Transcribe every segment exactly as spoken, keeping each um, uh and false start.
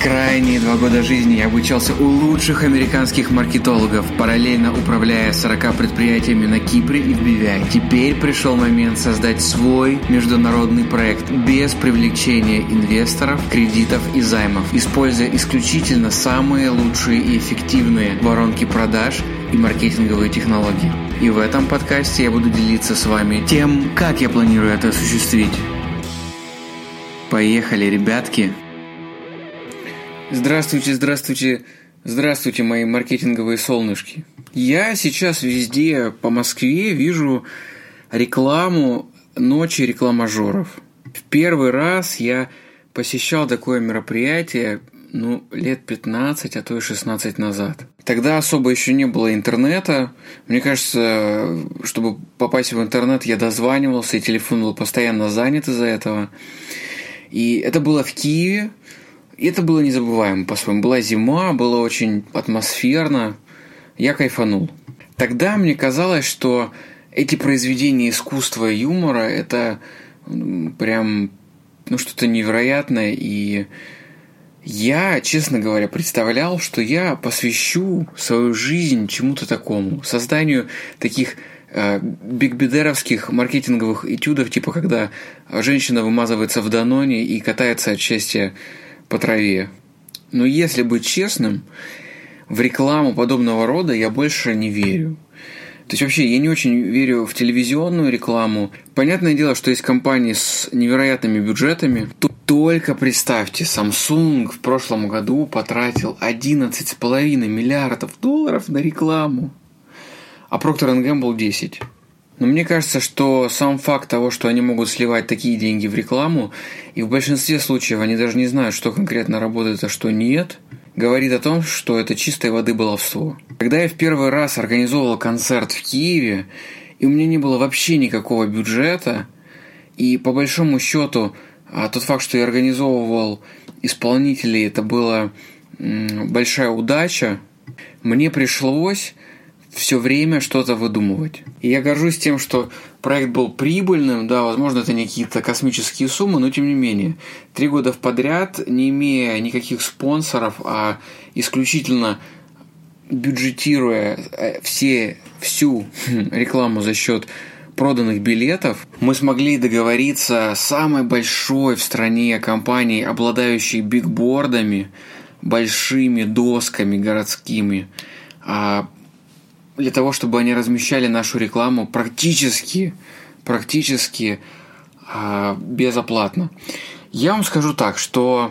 Крайние два года жизни я обучался у лучших американских маркетологов, параллельно управляя сорока предприятиями на Кипре и в би ви ай. Теперь пришел момент создать свой международный проект без привлечения инвесторов, кредитов и займов, используя исключительно самые лучшие и эффективные воронки продаж и маркетинговые технологии. И в этом подкасте я буду делиться с вами тем, как я планирую это осуществить. Поехали, ребятки! Здравствуйте, здравствуйте, здравствуйте, мои маркетинговые солнышки. Я сейчас везде по Москве вижу рекламу «Ночи рекламажеров». В первый раз я посещал такое мероприятие, ну, лет пятнадцать, а то и шестнадцать назад. Тогда особо еще не было интернета. Мне кажется, чтобы попасть в интернет, я дозванивался, и телефон был постоянно занят из-за этого. И это было в Киеве. И это было незабываемо по-своему. Была зима, было очень атмосферно. Я кайфанул. Тогда мне казалось, что эти произведения искусства и юмора – это прям ну, что-то невероятное. И я, честно говоря, представлял, что я посвящу свою жизнь чему-то такому. Созданию таких э, бигбедеровских маркетинговых этюдов, типа когда женщина вымазывается в Даноне и катается от счастья по траве. Но если быть честным, в рекламу подобного рода я больше не верю. То есть вообще я не очень верю в телевизионную рекламу. Понятное дело, что есть компании с невероятными бюджетами. Тут только представьте, Samsung в прошлом году потратил одиннадцать с половиной миллиардов долларов на рекламу, а Procter энд Gamble десять. Но мне кажется, что сам факт того, что они могут сливать такие деньги в рекламу, и в большинстве случаев они даже не знают, что конкретно работает, а что нет, говорит о том, что это чистой воды баловство. Когда я в первый раз организовывал концерт в Киеве, и у меня не было вообще никакого бюджета, и по большому счету тот факт, что я организовывал исполнителей, это была большая удача, мне пришлось все время что-то выдумывать. И я горжусь тем, что проект был прибыльным, да, возможно, это не какие-то космические суммы, но тем не менее. Три года подряд, не имея никаких спонсоров, а исключительно бюджетируя все, всю рекламу за счет проданных билетов, мы смогли договориться с самой большой в стране компанией, обладающей бигбордами, большими досками городскими, для того, чтобы они размещали нашу рекламу практически, практически э, безоплатно. Я вам скажу так, что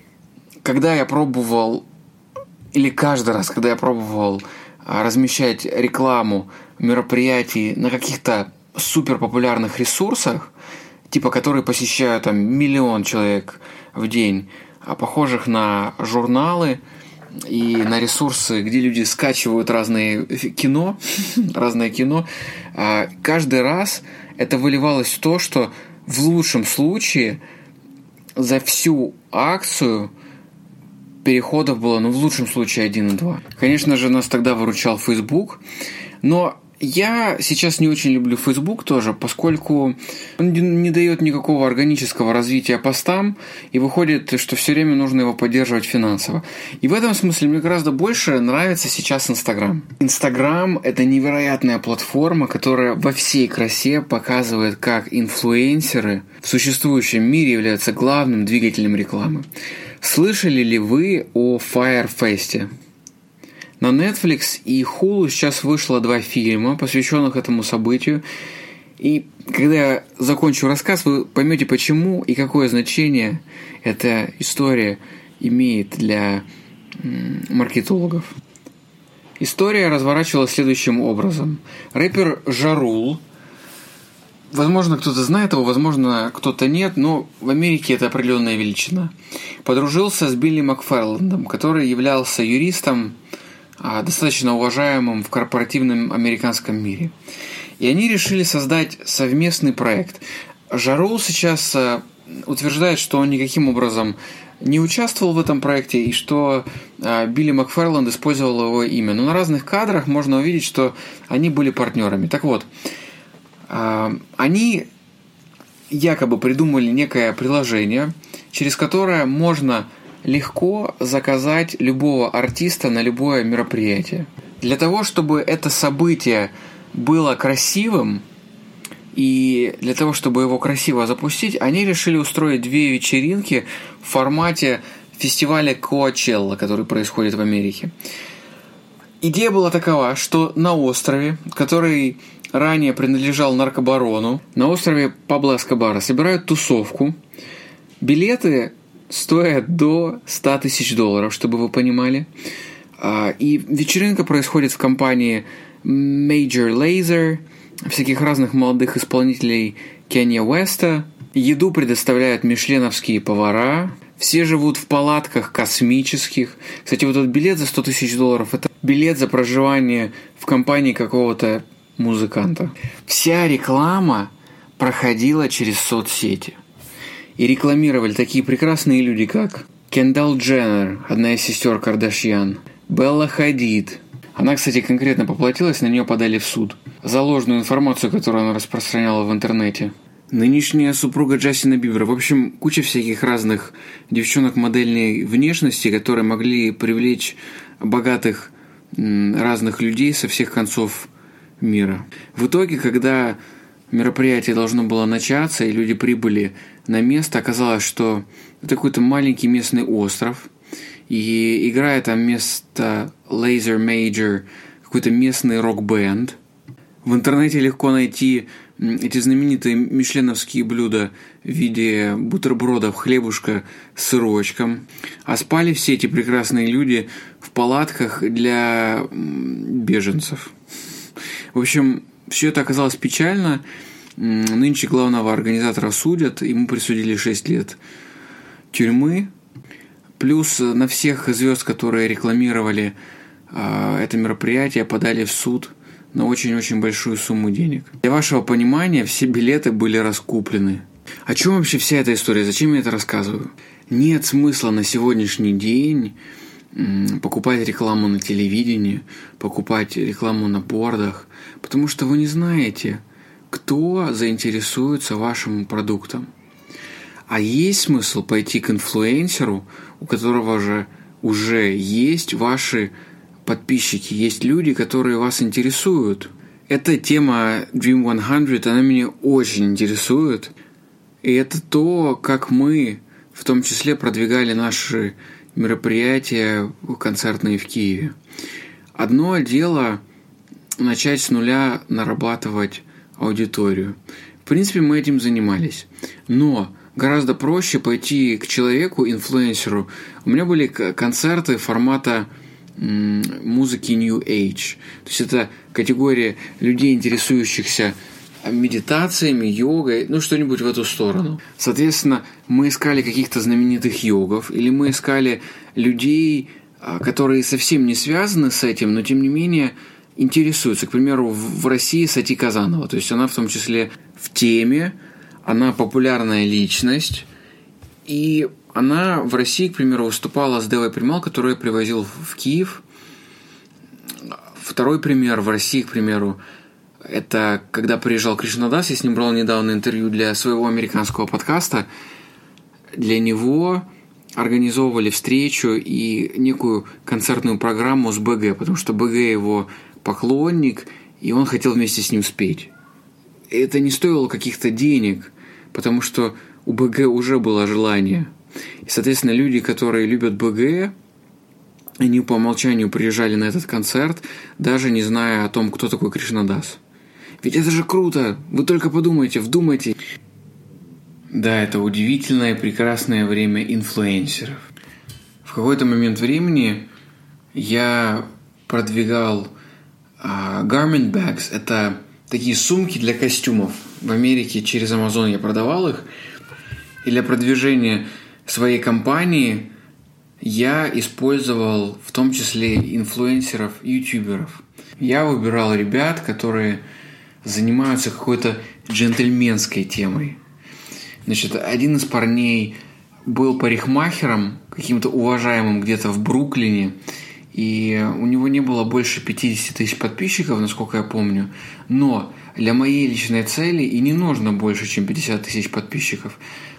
когда я пробовал, или каждый раз, когда я пробовал э, размещать рекламу мероприятий на каких-то суперпопулярных ресурсах, типа которые посещают там миллион человек в день, а похожих на журналы, и на ресурсы, где люди скачивают разные кино, разное кино, каждый раз это выливалось в то, что в лучшем случае за всю акцию переходов было, ну, в лучшем случае один и два. Конечно же, нас тогда выручал Facebook, но я сейчас не очень люблю Facebook тоже, поскольку он не дает никакого органического развития постам, и выходит, что все время нужно его поддерживать финансово. И в этом смысле мне гораздо больше нравится сейчас Instagram. Instagram – это невероятная платформа, которая во всей красе показывает, как инфлюенсеры в существующем мире являются главным двигателем рекламы. Слышали ли вы о Fyre-Fest? На Netflix и Hulu сейчас вышло два фильма, посвященных этому событию. И когда я закончу рассказ, вы поймете, почему и какое значение эта история имеет для маркетологов. История разворачивалась следующим образом. Рэпер Ja Rule, возможно, кто-то знает его, возможно, кто-то нет, но в Америке это определенная величина, подружился с Билли Макферлендом, который являлся юристом, достаточно уважаемым в корпоративном американском мире. И они решили создать совместный проект. Ja Rule сейчас утверждает, что он никаким образом не участвовал в этом проекте и что Билли Макферленд использовал его имя. Но на разных кадрах можно увидеть, что они были партнерами. Так вот, они якобы придумали некое приложение, через которое можно легко заказать любого артиста на любое мероприятие. Для того, чтобы это событие было красивым, и для того, чтобы его красиво запустить, они решили устроить две вечеринки в формате фестиваля Коачелла, который происходит в Америке. Идея была такова, что на острове, который ранее принадлежал наркобарону, на острове Пабло Эскобара собирают тусовку. Билеты стоят до сто тысяч долларов, чтобы вы понимали. И вечеринка происходит в компании Major Lazer, всяких разных молодых исполнителей Кенье Уэста. Еду предоставляют мишленовские повара. Все живут в палатках космических. Кстати, вот этот билет за сто тысяч долларов – это билет за проживание в компании какого-то музыканта. Вся реклама проходила через соцсети. И рекламировали такие прекрасные люди, как Кендалл Дженнер, одна из сестер Кардашьян, Белла Хадид. Она, кстати, конкретно поплатилась, на нее подали в суд за ложную информацию, которую она распространяла в интернете. Нынешняя супруга Джастина Бибера. В общем, куча всяких разных девчонок модельной внешности, которые могли привлечь богатых разных людей со всех концов мира. В итоге, когда мероприятие должно было начаться, и люди прибыли на место, оказалось, что это какой-то маленький местный остров, и играет там вместо Lazer Major какой-то местный рок-бенд. В интернете легко найти эти знаменитые мишленовские блюда в виде бутербродов, хлебушка с сырочком. А спали все эти прекрасные люди в палатках для беженцев. В общем, все это оказалось печально. Нынче главного организатора судят, ему присудили шесть лет тюрьмы. Плюс на всех звезд, которые рекламировали это мероприятие, подали в суд на очень-очень большую сумму денег. Для вашего понимания, все билеты были раскуплены. О чем вообще вся эта история? Зачем я это рассказываю? Нет смысла на сегодняшний день покупать рекламу на телевидении, покупать рекламу на бордах, потому что вы не знаете, кто заинтересуется вашим продуктом. А есть смысл пойти к инфлюенсеру, у которого же уже есть ваши подписчики, есть люди, которые вас интересуют. Эта тема Dream сто, она меня очень интересует. И это то, как мы в том числе продвигали наши мероприятия концертные в Киеве. Одно дело начать с нуля нарабатывать аудиторию. В принципе, мы этим занимались. Но гораздо проще пойти к человеку, инфлюенсеру. У меня были концерты формата музыки New Age. То есть это категория людей, интересующихся медитациями, йогой, ну что-нибудь в эту сторону. Соответственно, мы искали каких-то знаменитых йогов, или мы искали людей, которые совсем не связаны с этим, но тем не менее интересуются. К примеру, в России Сати Казанова. То есть она в том числе в теме, она популярная личность, и она в России, к примеру, выступала с Девой Примал, которую я привозил в Киев. Второй пример в России, к примеру, это когда приезжал Кришнадас, я с ним брал недавно интервью для своего американского подкаста. Для него организовывали встречу и некую концертную программу с БГ, потому что БГ его поклонник, и он хотел вместе с ним спеть. Это не стоило каких-то денег, потому что у БГ уже было желание. И, соответственно, люди, которые любят БГ, они по умолчанию приезжали на этот концерт, даже не зная о том, кто такой Кришнадас. Ведь это же круто! Вы только подумайте, вдумайте. Да, это удивительное, прекрасное время инфлюенсеров. В какой-то момент времени я продвигал uh, garment bags. Это такие сумки для костюмов. В Америке через Amazon я продавал их. И для продвижения своей компании я использовал в том числе инфлюенсеров, ютуберов. Я выбирал ребят, которые занимаются какой-то джентльменской темой. Значит, один из парней был парикмахером, каким-то уважаемым где-то в Бруклине, и у него не было больше пятьдесят тысяч подписчиков, насколько я помню, но для моей личной цели и не нужно больше, чем пятьдесят тысяч подписчиков.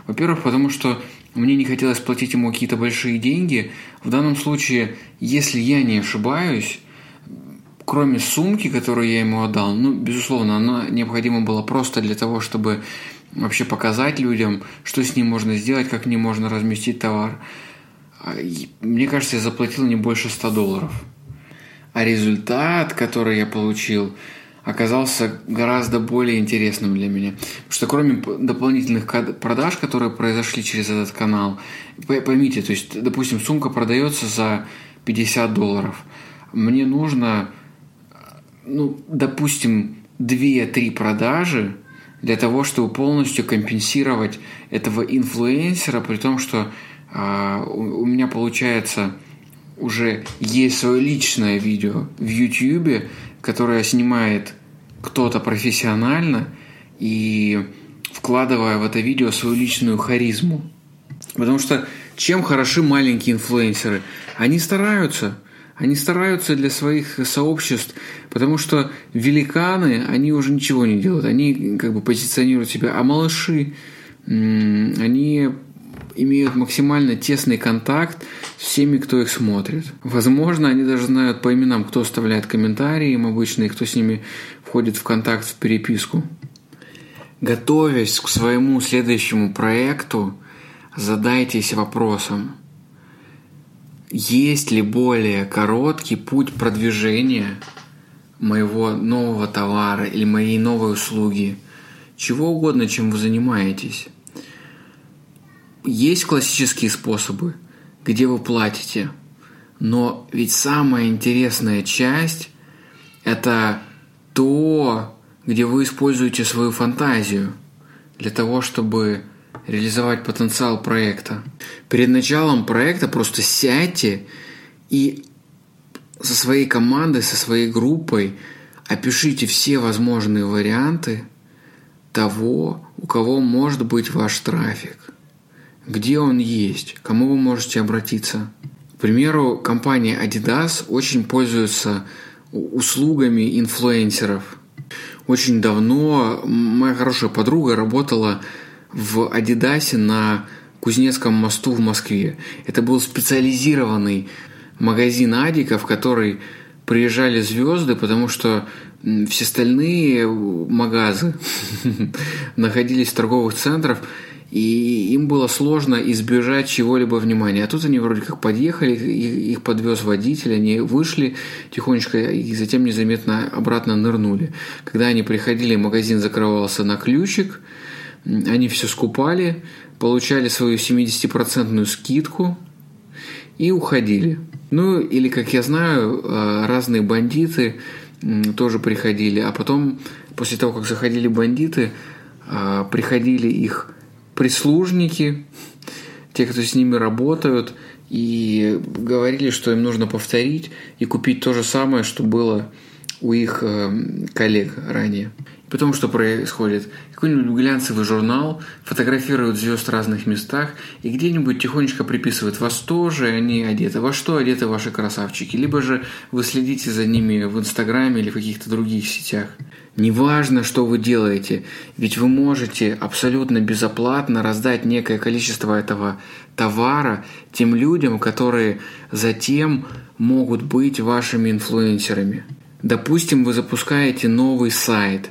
Во-первых, потому что мне не хотелось платить ему какие-то большие деньги. В данном случае, если я не ошибаюсь, кроме сумки, которую я ему отдал, ну, безусловно, она необходима была просто для того, чтобы вообще показать людям, что с ним можно сделать, как не можно разместить товар. Мне кажется, я заплатил не больше ста долларов. А результат, который я получил, оказался гораздо более интересным для меня. Потому что кроме дополнительных продаж, которые произошли через этот канал, поймите, то есть, допустим, сумка продается за пятьдесят долларов. Мне нужно, ну, допустим, две-три продажи для того, чтобы полностью компенсировать этого инфлюенсера, при том, что а, у, у меня получается уже есть свое личное видео в YouTube, которое снимает кто-то профессионально и вкладывая в это видео свою личную харизму. Потому что чем хороши маленькие инфлюенсеры? Они стараются. Они стараются для своих сообществ, потому что великаны, они уже ничего не делают. Они как бы позиционируют себя. А малыши, они имеют максимально тесный контакт с всеми, кто их смотрит. Возможно, они даже знают по именам, кто оставляет комментарии им обычно и кто с ними входит в контакт, в переписку. Готовясь к своему следующему проекту, задайтесь вопросом: есть ли более короткий путь продвижения моего нового товара или моей новой услуги, чего угодно, чем вы занимаетесь? Есть классические способы, где вы платите, но ведь самая интересная часть – это то, где вы используете свою фантазию для того, чтобы реализовать потенциал проекта. Перед началом проекта просто сядьте и со своей командой, со своей группой опишите все возможные варианты того, у кого может быть ваш трафик, где он есть, к кому вы можете обратиться. К примеру, компания Adidas очень пользуется услугами инфлюенсеров. Очень давно моя хорошая подруга работала в Адидасе на Кузнецком мосту в Москве. Это был специализированный магазин адиков, в который приезжали звезды, потому что все остальные магазы находились в торговых центрах, и им было сложно избежать чего-либо внимания. А тут они вроде как подъехали, их подвез водитель, они вышли тихонечко и затем незаметно обратно нырнули. Когда они приходили, магазин закрывался на ключик, они все скупали, получали свою семидесятипроцентную скидку и уходили. Ну, или, как я знаю, разные бандиты тоже приходили, а потом, после того, как заходили бандиты, приходили их прислужники, те, кто с ними работают, и говорили, что им нужно повторить и купить то же самое, что было у их коллег ранее. И потом что происходит? Какой-нибудь глянцевый журнал фотографирует звезд в разных местах и где-нибудь тихонечко приписывает: во что же они одеты, во что одеты ваши красавчики. Либо же вы следите за ними в Инстаграме или в каких-то других сетях. Неважно, что вы делаете, ведь вы можете абсолютно безоплатно раздать некое количество этого товара тем людям, которые затем могут быть вашими инфлюенсерами. Допустим, вы запускаете новый сайт.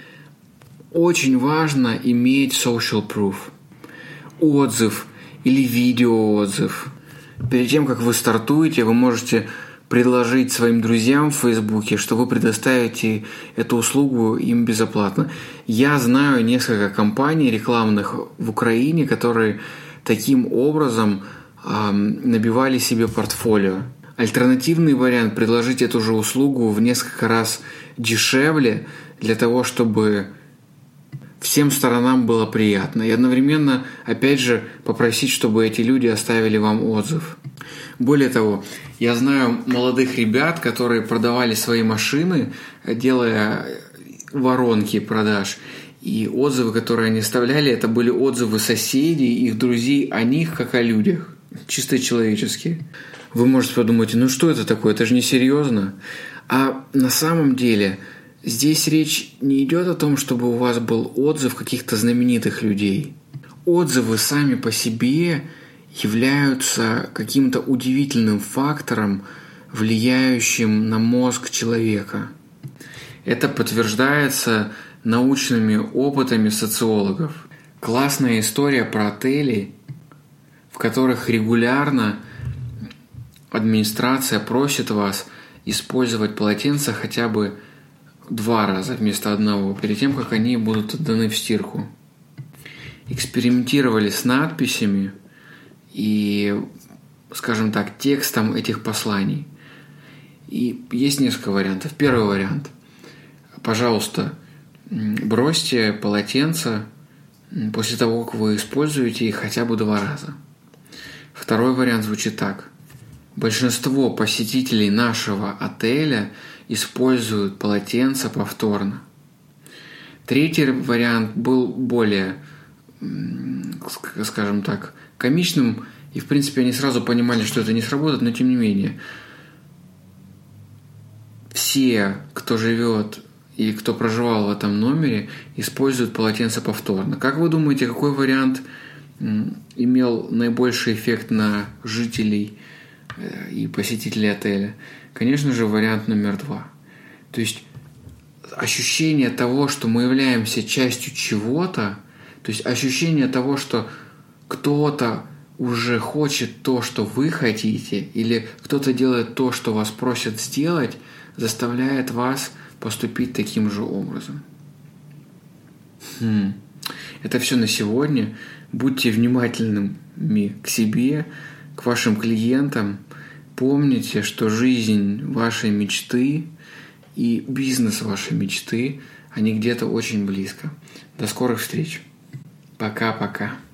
Очень важно иметь social proof, отзыв или видеоотзыв. Перед тем, как вы стартуете, вы можете предложить своим друзьям в Фейсбуке, что вы предоставите эту услугу им безоплатно. Я знаю несколько компаний рекламных в Украине, которые таким образом э, набивали себе портфолио. Альтернативный вариант – предложить эту же услугу в несколько раз дешевле для того, чтобы всем сторонам было приятно. И одновременно, опять же, попросить, чтобы эти люди оставили вам отзыв. Более того, я знаю молодых ребят, которые продавали свои машины, делая воронки продаж. И отзывы, которые они оставляли, это были отзывы соседей, их друзей о них, как о людях. Чисто человеческие. Вы можете подумать: ну что это такое, это же не серьезно. А на самом деле здесь речь не идет о том, чтобы у вас был отзыв каких-то знаменитых людей. отзывы сами по себе являются каким-то удивительным фактором, влияющим на мозг человека. Это подтверждается научными опытами социологов. Классная история про отели, в которых регулярно администрация просит вас использовать полотенца хотя бы два раза вместо одного, перед тем, как они будут отданы в стирку. Экспериментировали с надписями и, скажем так, текстом этих посланий. И есть несколько вариантов. Первый вариант. Пожалуйста, бросьте полотенца после того, как вы используете их хотя бы два раза. Второй вариант звучит так. Большинство посетителей нашего отеля используют полотенца повторно. Третий вариант был более, скажем так, комичным, и в принципе они сразу понимали, что это не сработает, но тем не менее. Все, кто живет и кто проживал в этом номере, используют полотенца повторно. Как вы думаете, какой вариант имел наибольший эффект на жителей и посетителей отеля? Конечно же, вариант номер два. То есть ощущение того, что мы являемся частью чего-то, то есть ощущение того, что кто-то уже хочет то, что вы хотите, или кто-то делает то, что вас просят сделать, заставляет вас поступить таким же образом. Хм. Это все на сегодня. Будьте внимательными к себе, к вашим клиентам. Помните, что жизнь вашей мечты и бизнес вашей мечты, они где-то очень близко. До скорых встреч. Пока-пока.